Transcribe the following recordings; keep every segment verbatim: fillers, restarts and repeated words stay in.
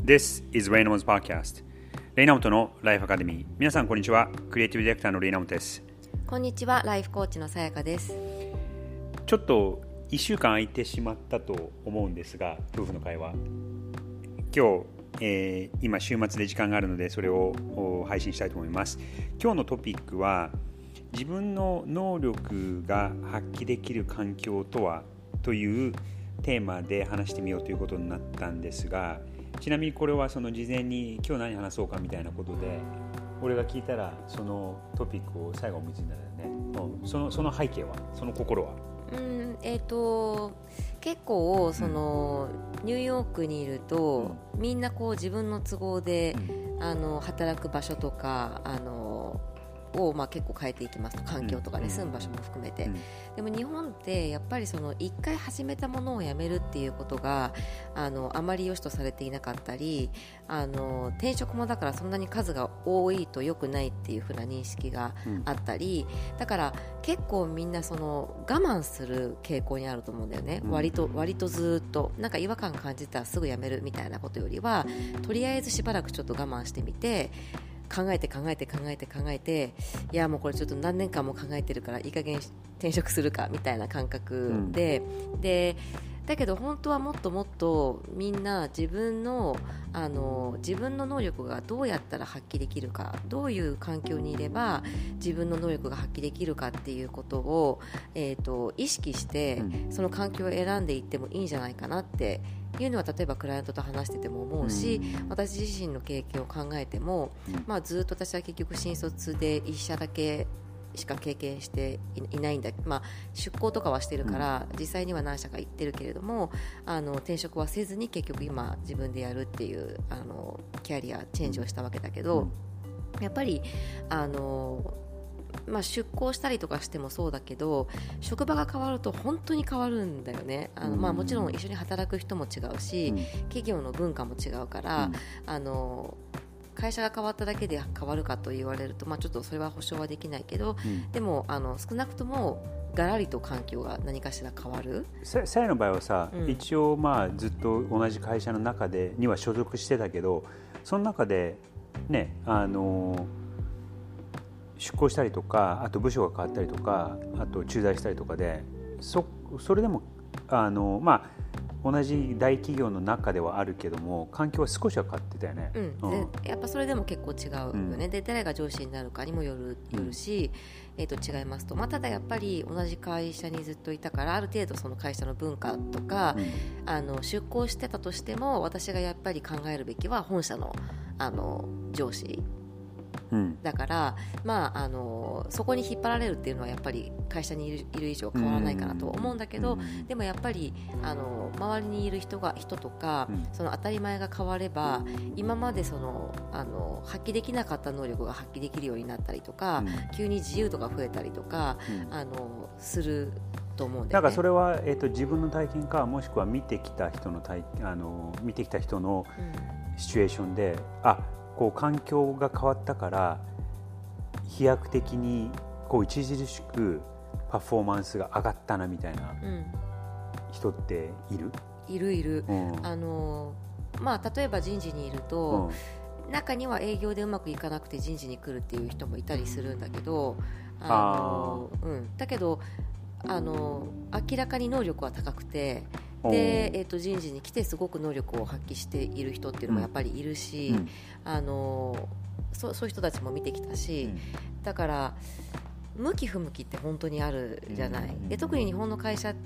This is Reynolds Podcast レイナモトのライフアカデミー。皆さんこんにちは。クリエイティブディレクターのレイナモトです。 こんにちは。ライフコーチのさやかです。 ちょっといっしゅうかん空いてしまったと思うんですが、夫婦の会話今日、えー、今週末で時間があるのでそれを配信したいと思います。今日のトピックは自分の能力が発揮できる環境とはというテーマで話してみようということになったんですが、ちなみにこれはその事前に今日何話そうかみたいなことで俺が聞いたらそのトピックを最後思いついたんだよね、うん、その、その背景はその心はうんえー、と結構その、うん、ニューヨークにいると、うん、みんなこう自分の都合で、うん、あの働く場所とかあのをまあ結構変えていきますと、環境とかね、うん、住む場所も含めて、うん、でも日本ってやっぱりその一回始めたものをやめるっていうことがあのあまり良しとされていなかったり、あの転職もだからそんなに数が多いと良くないっていう風な認識があったり、うん、だから結構みんなその我慢する傾向にあると思うんだよね、うん、割と割とずっとなんか違和感感じたらすぐやめるみたいなことよりは、とりあえずしばらくちょっと我慢してみて考えて考えて考えて考えて、いやもうこれちょっと何年間も考えてるからいい加減転職するかみたいな感覚で、うん、でだけど本当はもっともっとみんな自分の、あの自分の能力がどうやったら発揮できるか、どういう環境にいれば自分の能力が発揮できるかっていうことを、えーと、意識してその環境を選んでいってもいいんじゃないかなっていうのは、例えばクライアントと話してても思うし、うん、私自身の経験を考えても、うんまあ、ずっと私は結局新卒で一社だけしか経験していないんだ、まあ、出向とかはしてるから、うん、実際には何社か行ってるけれども、あの転職はせずに結局今自分でやるっていうあのキャリアチェンジをしたわけだけど、うん、やっぱりあのまあ、出向したりとかしてもそうだけど、職場が変わると本当に変わるんだよね。あの、まあ、もちろん一緒に働く人も違うし、うん、企業の文化も違うから、うん、あの会社が変わっただけで変わるかと言われると、まあ、ちょっとそれは保証はできないけど、うん、でもあの少なくともガラリと環境が何かしら変わる。 さやの場合はさ、うん、一応まあずっと同じ会社の中でには所属してたけど、その中でね、あの出向したりとか、あと部署が変わったりとか、あと駐在したりとかで そ, それでもあの、まあ、同じ大企業の中ではあるけども環境は少しは変わってたよね、 うんうん、でやっぱそれでも結構違うよね、うん、で誰が上司になるかにもよ る, よるし、うんえー、と違いますと、まあ、ただやっぱり同じ会社にずっといたから、ある程度その会社の文化とか、うん、あの出向してたとしても私がやっぱり考えるべきは本社 の, あの上司うん、だから、まあ、あのそこに引っ張られるっていうのはやっぱり会社にい る, いる以上変わらないかなと思うんだけど、うん、でもやっぱりあの周りにいる人が人とか、うん、その当たり前が変われば今までそのあの発揮できなかった能力が発揮できるようになったりとか、うん、急に自由度が増えたりとか、うん、あのすると思うんだよね。 だからそれは、えーと、自分の体験かもしくは見てきた人の体あの見てきた人のシチュエーションで、うん、あこう環境が変わったから飛躍的にこう著しくパフォーマンスが上がったなみたいな人っている？ いるいる、うん、あのまあ、例えば人事にいると、うん、中には営業でうまくいかなくて人事に来るっていう人もいたりするんだけど、あのあ、うん、だけどあの明らかに能力は高くてで、えー、と人事に来てすごく能力を発揮している人っていうのもやっぱりいるし、うん、あの そ, そういう人たちも見てきたし、うん、だから向き不向きって本当にあるじゃない。で特に日本の会社って、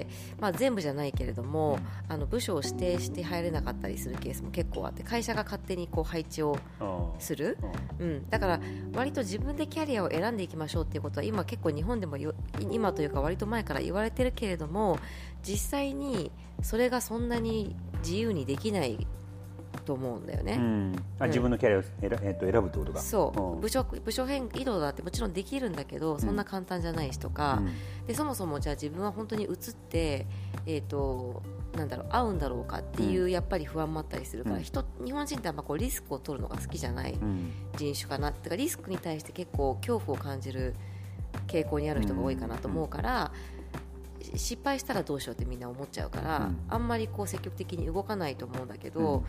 まあ、全部じゃないけれども、あの部署を指定して入れなかったりするケースも結構あって、会社が勝手にこう配置をする、うん、だから割と自分でキャリアを選んでいきましょうっていうことは今結構日本でもよ今というか割と前から言われてるけれども、実際にそれがそんなに自由にできないと思うんだよね、うんあ自分のキャリアを選、えっと、選ぶってことか。 そう、うん、部署、部署変移動だってもちろんできるんだけどそんな簡単じゃないしとか、うん、でそもそもじゃあ自分は本当に移って、えーと、なんだろう合うんだろうかっていうやっぱり不安もあったりするから、うん、人日本人ってあんまこうリスクを取るのが好きじゃない人種かな、うん、てかリスクに対して結構恐怖を感じる傾向にある人が多いかなと思うから、うん、失敗したらどうしようってみんな思っちゃうから、うん、あんまりこう積極的に動かないと思うんだけど、うん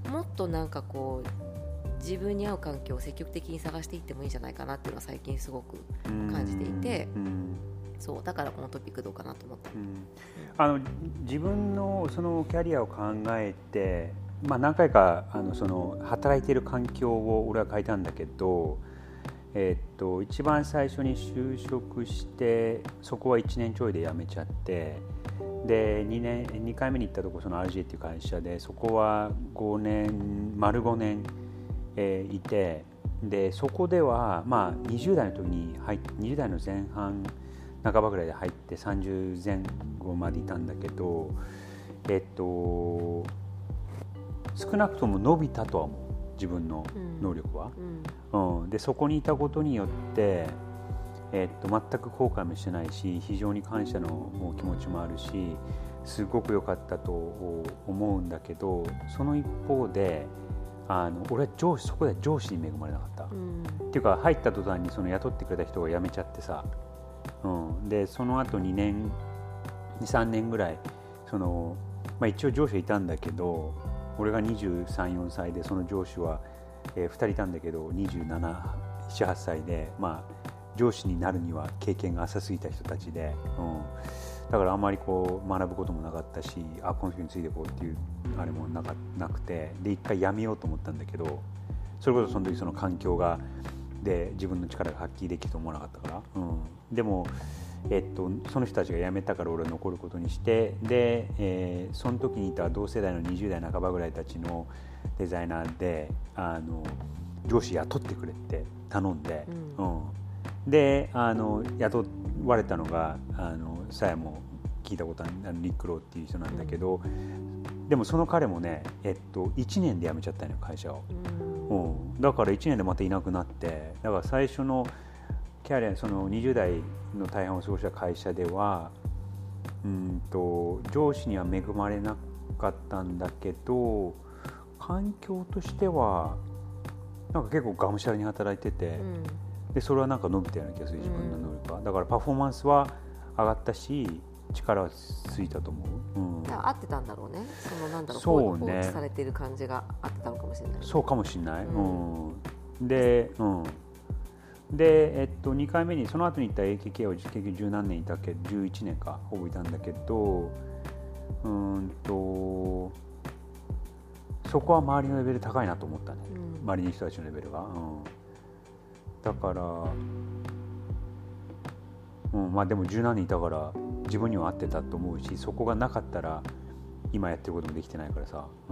もっとなんかこう自分に合う環境を積極的に探していってもいいんじゃないかなっていうのは最近すごく感じていて、うん、そうだからこのトピックどうかなと思った、うん、 あの自分のそのキャリアを考えて、まあ、何回かあのその働いている環境を俺は書いたんだけど、えー、っと一番最初に就職してそこはいちねんちょいで辞めちゃって、で 2, 年にかいめに行ったところその アールジェー っていう会社で、そこはごねん丸ごねん、えー、いて、でそこではまあにじゅう代の時に入ってにじゅう代の前半半ばぐらいで入ってさんじゅうぜん後までいたんだけど、えっと少なくとも伸びたとは思う、自分の能力は、うんうん、でそこにいたことによって、えっと全く後悔もしてないし、非常に感謝の気持ちもあるし、すごく良かったと思うんだけど、その一方であの俺は上司そこで上司に恵まれなかった、うん、っていうか入った途端にその雇ってくれた人が辞めちゃってさ、うん、でその後にねんにさんねんぐらいその、まあ、一応上司はいたんだけど、俺がにじゅうさん、よんさいでその上司は、えー、ふたりいたんだけどにじゅうなな、なな、はっさいで、まあ、上司になるには経験が浅すぎた人たちで、うん、だからあんまりこう学ぶこともなかったし、あこの人についていこうっていうあれもなかなくて、で一回辞めようと思ったんだけど、それこそその時その環境がで自分の力が発揮できると思わなかったから、うん、でも、えっと、その人たちが辞めたから俺は残ることにして、で、えー、その時にいた同世代のにじゅう代半ばぐらいたちのデザイナーであの上司雇ってくれって頼んで、うんうん、であの雇われたのがあのさやも聞いたことあるニック・ローっていう人なんだけど、うん、でもその彼もね、えっと、いちねんで辞めちゃったのよ会社を、うんうん、だからいちねんでまたいなくなって、だから最初のキャリアそのにじゅう代の大半を過ごした会社ではうんと上司には恵まれなかったんだけど、環境としてはなんか結構がむしゃらに働いてて、うん、でそれはなんか伸びたような気がする、自分の能力は、うん、だからパフォーマンスは上がったし力はついたと思う、うん、 だから合ってたんだろうね、そのなんだろう、そうね、放置されている感じが合ってたのかもしれない、ね、 そうかもしれない、うんうん、で、うんでえっと、にかいめにその後に行った エーケーケー を結局十何年いたけどじゅういちねんかほぼいたんだけど、うんとそこは周りのレベル高いなと思ったね、うん、周りの人たちのレベルが、うん、だから、うんまあ、でも十何年いたから自分には合ってたと思うし、そこがなかったら今やってることもできてないからさ、うん、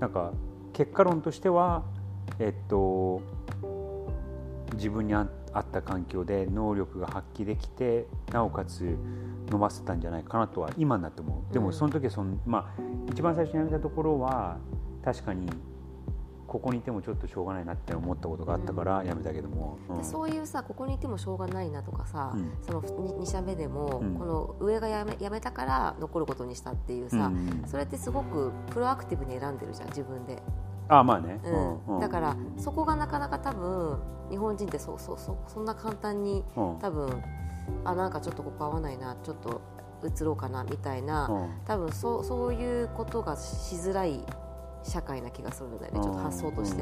なんか結果論としてはえっと自分に合った環境で能力が発揮できて、なおかつ伸ばせたんじゃないかなとは今になって思う。でもその時はその、まあ、一番最初に辞めたところは確かにここにいてもちょっとしょうがないなって思ったことがあったから辞めたけども、 うん、そういうさここにいてもしょうがないなとかさ、うん、そのに社目でも、うん、この上が辞め、辞めたから残ることにしたっていうさ、うん、それってすごくプロアクティブに選んでるじゃん自分で。 ああまあね、 うんうん、だからそこがなかなか多分日本人ってそうそうそうそんな簡単に、うん、多分あなんかちょっとここ合わないなちょっと移ろうかなみたいな、うん、多分そ う, そういうことがしづらい社会な気がするんだよね、ちょっと発想として、うん、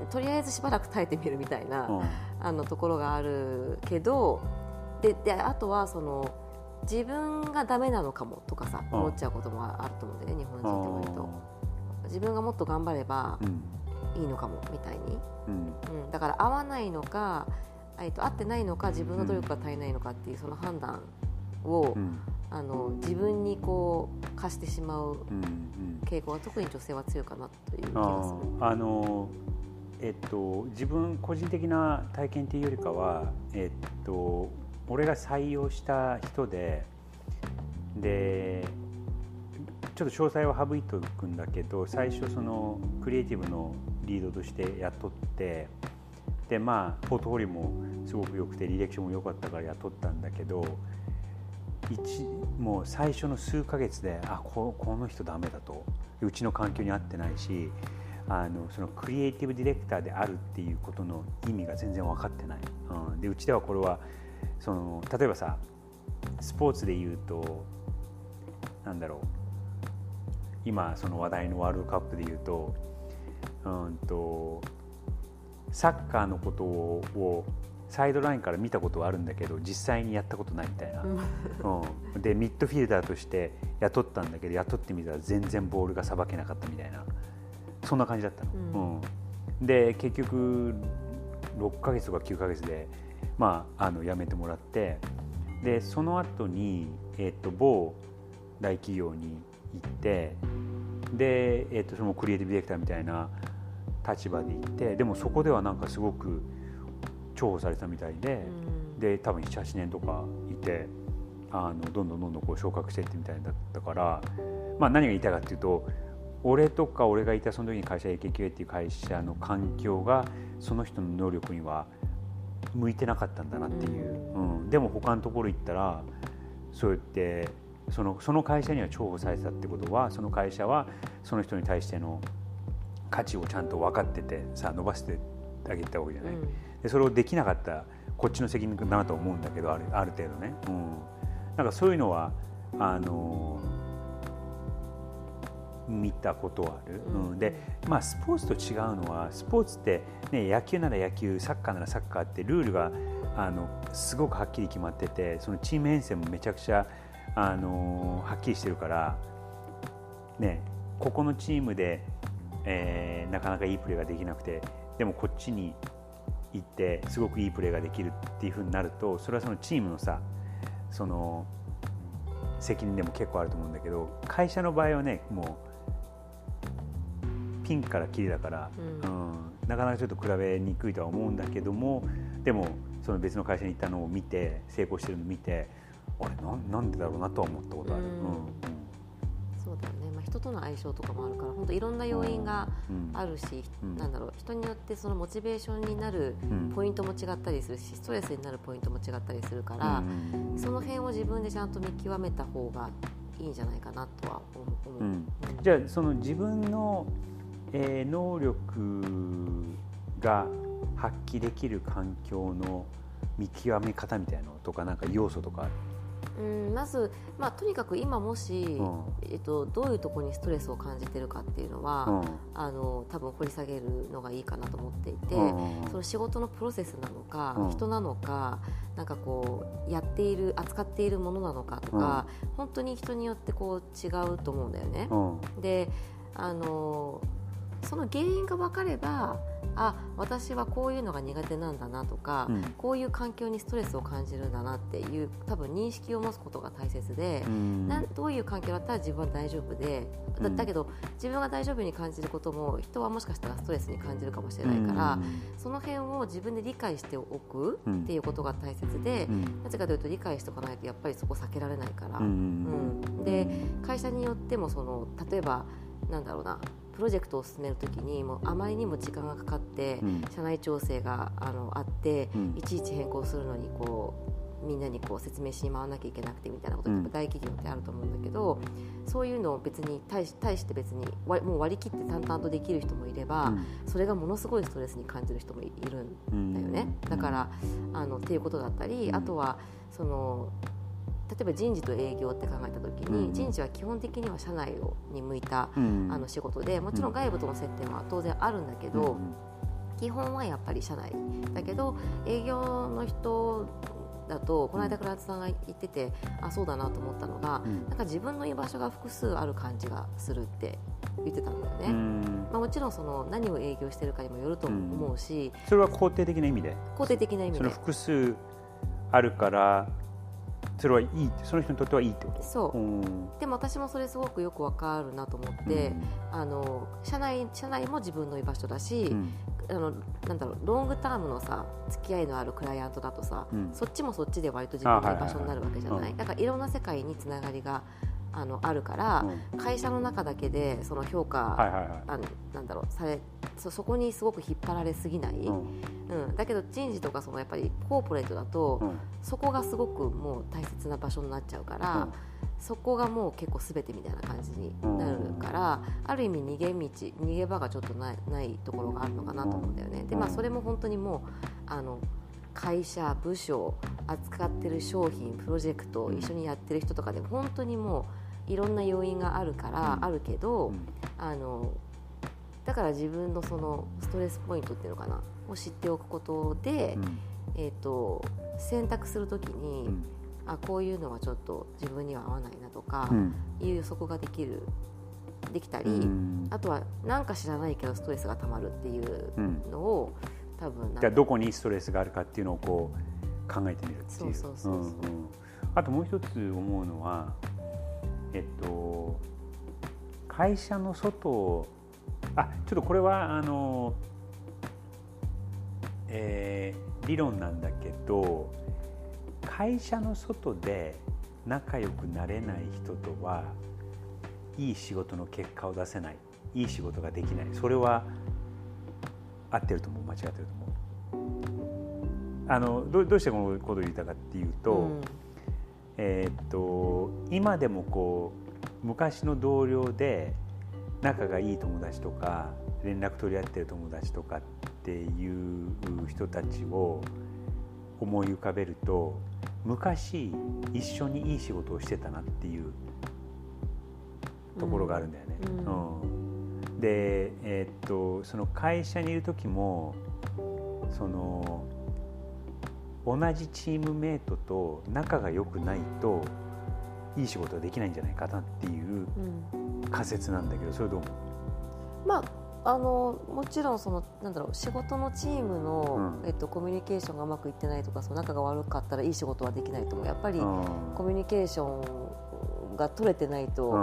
とりあえずしばらく耐えてみるみたいな、うん、あのところがあるけど で, であとはその自分がダメなのかもとかさ、うん、思っちゃうこともあると思うんだよね、日本人って割と。自分がもっと頑張ればいいのかもみたいに、うんうん、だから合わないのか、えっと、合ってないのか自分の努力が足りないのかっていうその判断を、うん、あの自分にこう課してしまう傾向は特に女性は強いかなという気がする。 ああの、えっと、自分個人的な体験というよりかは、えっと、俺が採用した人ででちょっと詳細は省いておくんだけど、最初そのクリエイティブのリードとして雇って、でまあポートフォリオもすごく良くて履歴書も良かったから雇ったんだけど、一もう最初の数ヶ月であ こ, この人ダメだと、うちの環境に合ってないし、あのそのクリエイティブディレクターであるっていうことの意味が全然分かってない、うん、でうちではこれはその例えばさスポーツで言うとなんだろう今その話題のワールドカップでいうと、うんとサッカーのことをサイドラインから見たことはあるんだけど実際にやったことないみたいな、うん、でミッドフィルダーとして雇ったんだけど雇ってみたら全然ボールがさばけなかったみたいな、そんな感じだったの、うんうん、で結局ろっかげつとかきゅうかげつで、まあ、あの辞めてもらって、でその後に、えー、と某大企業に行って、で、えー、とそのクリエイティブディレクターみたいな立場で行って、でもそこではなんかすごく重宝されたみたいで、うん、で多分ななはちねんとかいて、あのどんどんどんどんこう昇格していってみたいだったから、まあ、何が言いたいかっていうと、俺とか俺がいたその時に会社 エーケーキューエー っていう会社の環境がその人の能力には向いてなかったんだなっていう、うんうん、でも他のところ行ったらそうやってその、その会社には重宝されてたってことは、その会社はその人に対しての価値をちゃんと分かっててさ伸ばしてあげたわけじゃない、うん、でそれをできなかったこっちの責任だなと思うんだけど、ある、ある程度ね、うん、なんかそういうのはあの見たことはある、うんうん、で、まあ、スポーツと違うのは、スポーツって、ね、野球なら野球、サッカーならサッカーってルールがあのすごくはっきり決まってて、そのチーム編成もめちゃくちゃあのはっきりしてるから、ね、ここのチームで、えー、なかなかいいプレーができなくて、でもこっちに行ってすごくいいプレーができるっていう風になると、それはそのチームのさ、その責任でも結構あると思うんだけど、会社の場合はね、もうピンからキリだから、うんうん、なかなかちょっと比べにくいとは思うんだけども、でもその別の会社に行ったのを見て、成功してるのを見て、あれ な, なんでだろうなとは思ったことある、うんうん、 そうだよね、まあ、人との相性とかもあるから、本当いろんな要因があるし、うん、なんだろう、人によってそのモチベーションになるポイントも違ったりするし、ストレスになるポイントも違ったりするから、うん、その辺を自分でちゃんと見極めた方がいいんじゃないかなとは思う、うん、 じゃあその自分の、えー、能力が発揮できる環境の見極め方みたいなのとか、なんか要素とかある？ うん、まず、まあ、とにかく今もし、うんえっと、どういうところにストレスを感じているかっていうのは、うん、あの多分掘り下げるのがいいかなと思っていて、うん、その仕事のプロセスなのか、うん、人なのか、なんかこうやっている扱っているものなのかとか、うん、本当に人によってこう違うと思うんだよね、うん、であのその原因が分かれば、あ、私はこういうのが苦手なんだなとか、うん、こういう環境にストレスを感じるんだなっていう多分認識を持つことが大切で、うん、などういう環境だったら自分は大丈夫で、だ, だけど自分が大丈夫に感じることも人はもしかしたらストレスに感じるかもしれないから、うん、その辺を自分で理解しておくっていうことが大切で、うん、なぜかというと理解しておかないとやっぱりそこ避けられないから、うんうん、で会社によってもその例えばなんだろうな、プロジェクトを進めるときにもうあまりにも時間がかかって、うん、社内調整が あ, のあって、うん、いちいち変更するのにこうみんなにこう説明しに回らなきゃいけなくてみたいなことが大企業ってあると思うんだけど、うん、そういうのを別に 対, し対して別に割もう割り切って淡々とできる人もいれば、うん、それがものすごいストレスに感じる人もいるんだよね、うん、だからあのっていうことだったり、あとはその例えば人事と営業って考えたときに、うん、人事は基本的には社内に向いた、うん、あの仕事で、もちろん外部との接点は当然あるんだけど、うん、基本はやっぱり社内だけど、営業の人だとこの間倉田さんが言ってて、あ、そうだなと思ったのが、うん、なんか自分の居場所が複数ある感じがするって言ってたんだよね、うんまあ、もちろんその何を営業してるかにもよると思うし、 うん、それは肯定的な意味で肯定的な意味でその複数あるからそれはいい、その人にとってはいいってこと。 そう、うん、でも私もそれすごくよくわかるなと思って、うん、あの社内、社内も自分の居場所だし、うん、あのなんだろう、ロングタームのさ付き合いのあるクライアントだとさ、うん、そっちもそっちで割と自分の居場所になるわけじゃない。だからいろんな世界につながりがあのあるから、うん、会社の中だけでその評価、はいはいはい、あのなんだろうされ そ, そこにすごく引っ張られすぎない、うんうん、だけど人事とかそのやっぱりコーポレートだと、うん、そこがすごくもう大切な場所になっちゃうから、うん、そこがもう結構全てみたいな感じになるから、うん、ある意味逃げ道逃げ場がちょっとない、ないところがあるのかなと思うんだよね。で、まあ、それも本当にもうあの会社、部署、扱ってる商品、プロジェクトを一緒にやってる人とかでも本当にもういろんな要因があるからあるけど、 うん、 あのだから自分のそのストレスポイントっていうのかなを知っておくことで、うんえー、と選択するときに、うん、あこういうのはちょっと自分には合わないなとか、うん、いう予測ができるできたり、うん、あとは何か知らないけどストレスがたまるっていうのを、うん、多分じゃあどこにストレスがあるかっていうのをこう考えてみるっていう。そうそうそうそう、うんうん、あともう一つ思うのは、えっと、会社の外あちょっとこれはあの、えー、理論なんだけど会社の外で仲良くなれない人とはいい仕事の結果を出せない、いい仕事ができない、それは合ってると思う、間違ってると思う。あの ど, どうしてこのことを言ったかっていうと、うんえー、っと今でもこう昔の同僚で仲がいい友達とか連絡取り合ってる友達とかっていう人たちを思い浮かべると昔一緒にいい仕事をしてたなっていうところがあるんだよね、うんうん、で、えー、っとその会社にいる時もその同じチームメイトと仲が良くないといい仕事ができないんじゃないかなっていう仮説なんだけど、それどう思う？ まあ、あのもちろんそのなんだろう仕事のチームの、うんえっと、コミュニケーションがうまくいってないとかその仲が悪かったらいい仕事はできないと思う。やっぱりコミュニケーションが取れてないと、うん、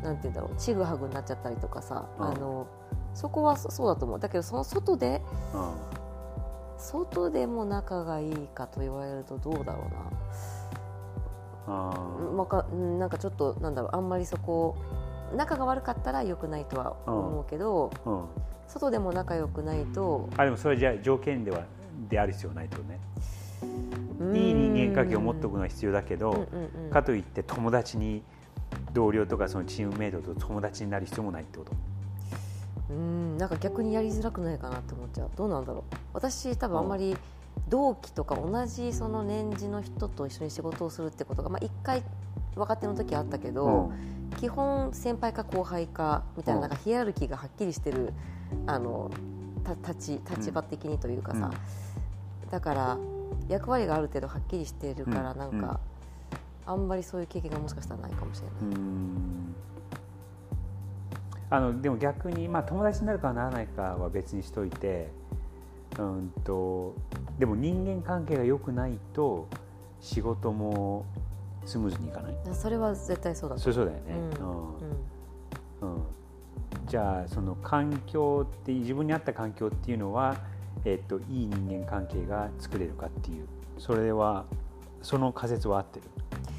なんていうんだろうちぐはぐになっちゃったりとかさ、うん、あのそこはそうだと思う。だけどその外で、うん、外でも仲がいいかと言われるとどうだろうな。あまかなんかちょっとなんだろうあんまりそこ仲が悪かったら良くないとは思うけど、うんうん、外でも仲良くないとあでもそれじゃあ条件ではである必要ないとね。いい人間関係を持っておくのは必要だけど、うんうんうん、かといって友達に同僚とかそのチームメイトと友達になる必要もないってこと。 うんなんか逆にやりづらくないかなって思っちゃう。どうなんだろう。私多分あんまり同期とか同じその年次の人と一緒に仕事をするってことが、まあ、いっかい若手の時あったけど、うん、基本先輩か後輩かみたい な, なんかヒエラルキーがはっきりしてるあの立ち立場的にというかさ、うん、だから役割がある程度はっきりしているからなんか、うん、あんまりそういう経験がもしかしたらないかもしれない。うんあのでも逆に、まあ、友達になるかならないかは別にしといて、うんとでも人間関係が良くないと仕事もスムーズにいかない。 それは絶対そうだと思う。そうそうだよね、うんうんうん、じゃあその環境って自分に合った環境っていうのは、えっと、いい人間関係が作れるかっていう、それはその仮説は合ってる？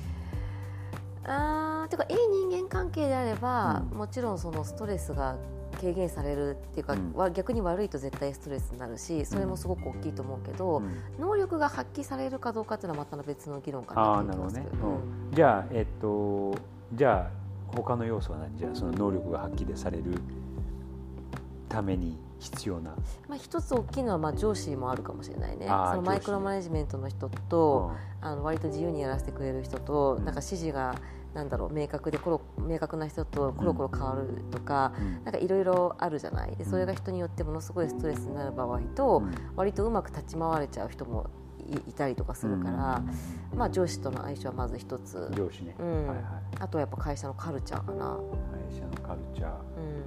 あーてかいい人間関係であれば、うん、もちろんそのストレスが軽減されるっていうか、うん、逆に悪いと絶対ストレスになるしそれもすごく大きいと思うけど、うん、能力が発揮されるかどうかっていうのはまた別の議論かなと思いますけど。あーなるほどね、うん、 じゃあ、えっと、じゃあ他の要素は何？じゃあその能力が発揮でされるために必要な、 まあ、一つ大きいのはまあ上司もあるかもしれないね。そのマイクロマネジメントの人と、うん、あの割と自由にやらせてくれる人と、うん、なんか指示がなんだろう明確でコロ明確な人とコロコロ変わるとか、うん、なんかいろいろあるじゃない。でそれが人によってものすごいストレスになる場合と、うん、割とうまく立ち回れちゃう人も い, いたりとかするから、うんまあ、上司との相性はまず一つ。 上司ね、 うんはいはい、あとはやっぱ会社のカルチャーかな。 会社のカルチャー、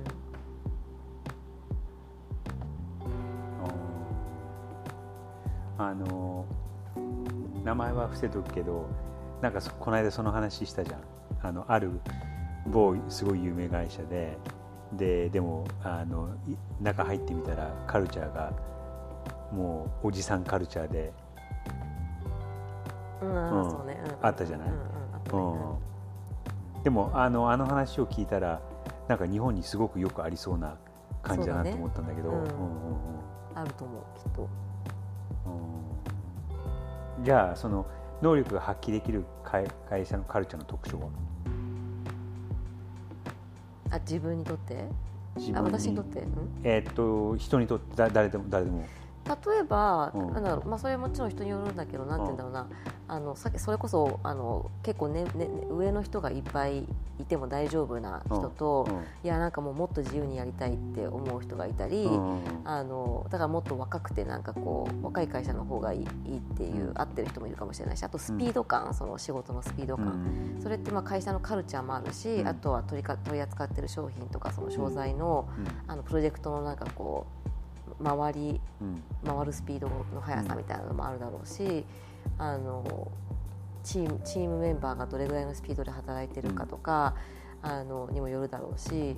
うん、あの名前は伏せとくけどなんかこの間その話したじゃん。あのある某すごい有名会社でででもあの中入ってみたらカルチャーがもうおじさんカルチャーで、 うんうんそうねうん、 あったじゃない、うんうんうん、でもあのあの話を聞いたらなんか日本にすごくよくありそうな感じだなと思ったんだけど、 そうだね、うんうんうん、あると思うきっと、 うん、じゃあその能力が発揮できる会社のカルチャーの特徴は？ あ自分にとって？あ私にとって、うん、 えー、っと人にとってだ誰でも誰でも例えば、 うんなんだろう、まあ、それはもちろん人によるんだけど、なんて言うんだろうな、あのさっきそれこそあの結構、ねね、上の人がいっぱいいても大丈夫な人と、 うんうん、 いやなんかもうもっと自由にやりたいって思う人がいたり、 うんあのだからもっと若くてなんかこう若い会社の方がいい、いいっていう、合ってる人もいるかもしれないし、あとスピード感、うん、その仕事のスピード感、うん、それってまあ会社のカルチャーもあるし、うん、あとは取りか取り扱ってる商品とかその商材の、うん、あのプロジェクトのなんかこう回り、うん、回るスピードの速さみたいなのもあるだろうし、あのチーム、チームメンバーがどれぐらいのスピードで働いてるかとか、うん、あのにもよるだろうし、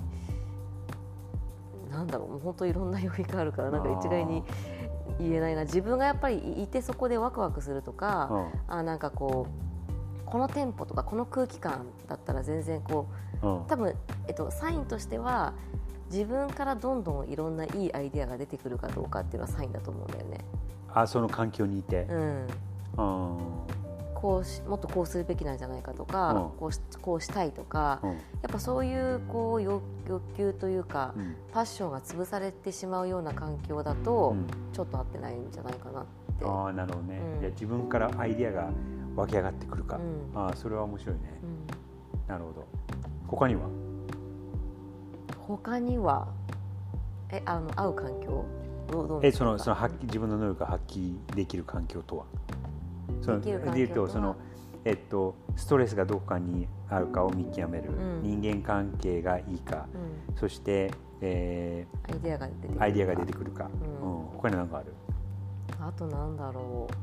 なんだろう、もう本当いろんな要因があるからなんか一概に言えないな。自分がやっぱりいてそこでワクワクするとか、あなんかこうこのテンポとかこの空気感だったら全然こう、多分、えっと、サインとしては自分からどんどんいろんないいアイデアが出てくるかどうかっていうのはサインだと思うんだよね。 あ、その環境にいて、 うん、こうしもっとこうするべきなんじゃないかとか、うん、こうし、こうしたいとか、うん、やっぱそういうこう 欲, 欲求というか、うん、パッションが潰されてしまうような環境だと、うん、ちょっと合ってないんじゃないかなって。 ああ、なるほどね、うん、いや自分からアイデアが湧き上がってくるか、うん、あ、それは面白いね、うん、なるほど。他には他にはえあの合う環境どうどうえそのその発揮自分の能力が発揮できる環境とはそので言うとその、えっと、ストレスがどこかにあるかを見極める、うん、人間関係がいいか、うん、そして、えー、アイデアが出てくるか、 アイデアが出てくるか、うんうん、他に何かある？ あとなんだろう、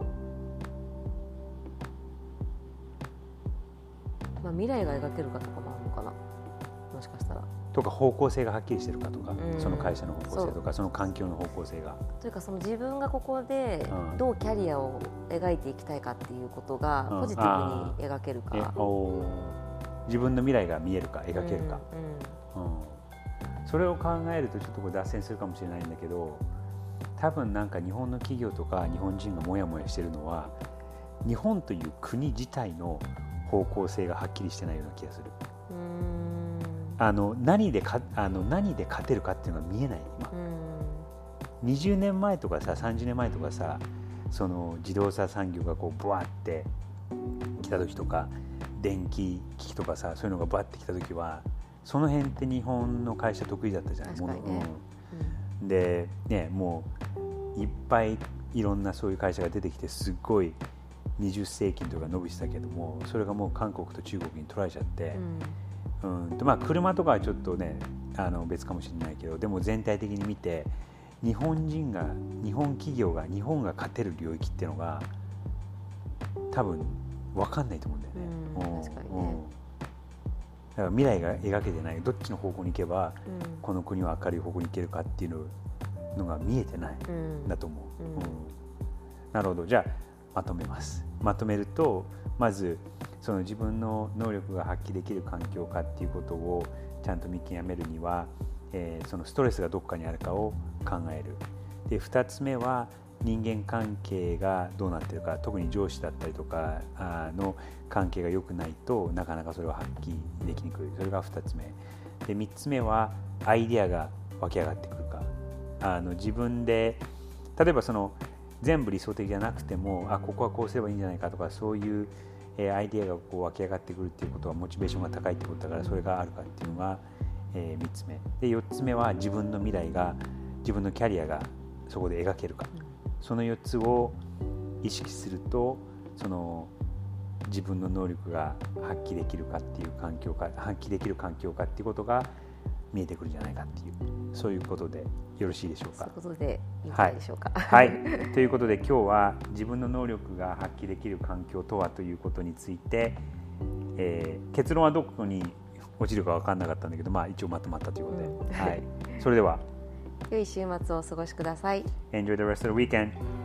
まあ、未来が描けるかとかもあるのかな、もしかしたら。 とか方向性がはっきりしてるかとか、うん、その会社の方向性とか そ, その環境の方向性がというか、その自分がここでどうキャリアを描いていきたいかっていうことがポジティブに描けるか、うん、 お自分の未来が見えるか描けるか、うんうんうん、それを考えるとちょっとこれ脱線するかもしれないんだけど、多分なんか日本の企業とか日本人がモヤモヤしてるのは日本という国自体の方向性がはっきりしてないような気がする。うーんあの 何, でかあの何で勝てるかっていうのが見えない今。うんにじゅうねんまえとかささんじゅうねんまえとかさ、その自動車産業がこうブワーって来た時とか電気機器とかさ、そういうのがバーって来た時はその辺って日本の会社得意だったじゃない。 確かにね、 うん、でね、もういっぱいいろんなそういう会社が出てきてすっごいにじゅっせいきとか伸びてたけども、それがもう韓国と中国に取られちゃって、うんうんとまあ、車とかはちょっとねあの別かもしれないけど、でも全体的に見て日本人が日本企業が日本が勝てる領域っていうのが多分分かんないと思うんだよね。 うん、確かにね、 うん、だから未来が描けてない、どっちの方向に行けば、うん、この国は明るい方向に行けるかっていうのが見えてないんだと思う、うんうん、なるほど。じゃあまとめますまとめると、まずその自分の能力が発揮できる環境かっていうことをちゃんと見極めるには、えー、そのストレスがどこかにあるかを考える。でふたつめは人間関係がどうなっているか、特に上司だったりとかの関係が良くないとなかなかそれを発揮できにくい。それがふたつめで、みっつめはアイデアが湧き上がってくるか。あの自分で例えばその全部理想的じゃなくても、あここはこうすればいいんじゃないかとか、そういうえー、アイデアがこう湧き上がってくるっていうことはモチベーションが高いってことだから、それがあるかっていうのが、えー、みっつめで、よっつめは自分の未来が自分のキャリアがそこで描けるか、そのよっつを意識すると、その自分の能力が発揮できるかっていう環境か発揮できる環境かっていうことが見えてくるんじゃないかっていう、そういうことでよろしいでしょうか。 そういうことでいいんじゃないでしょうか。 はい、はい、ということで今日は自分の能力が発揮できる環境とはということについて、えー、結論はどこに落ちるか分からなかったんだけど、まあ、一応まとまったということで、うんはい、それでは良い週末をお過ごしください。 Enjoy the rest of the weekend.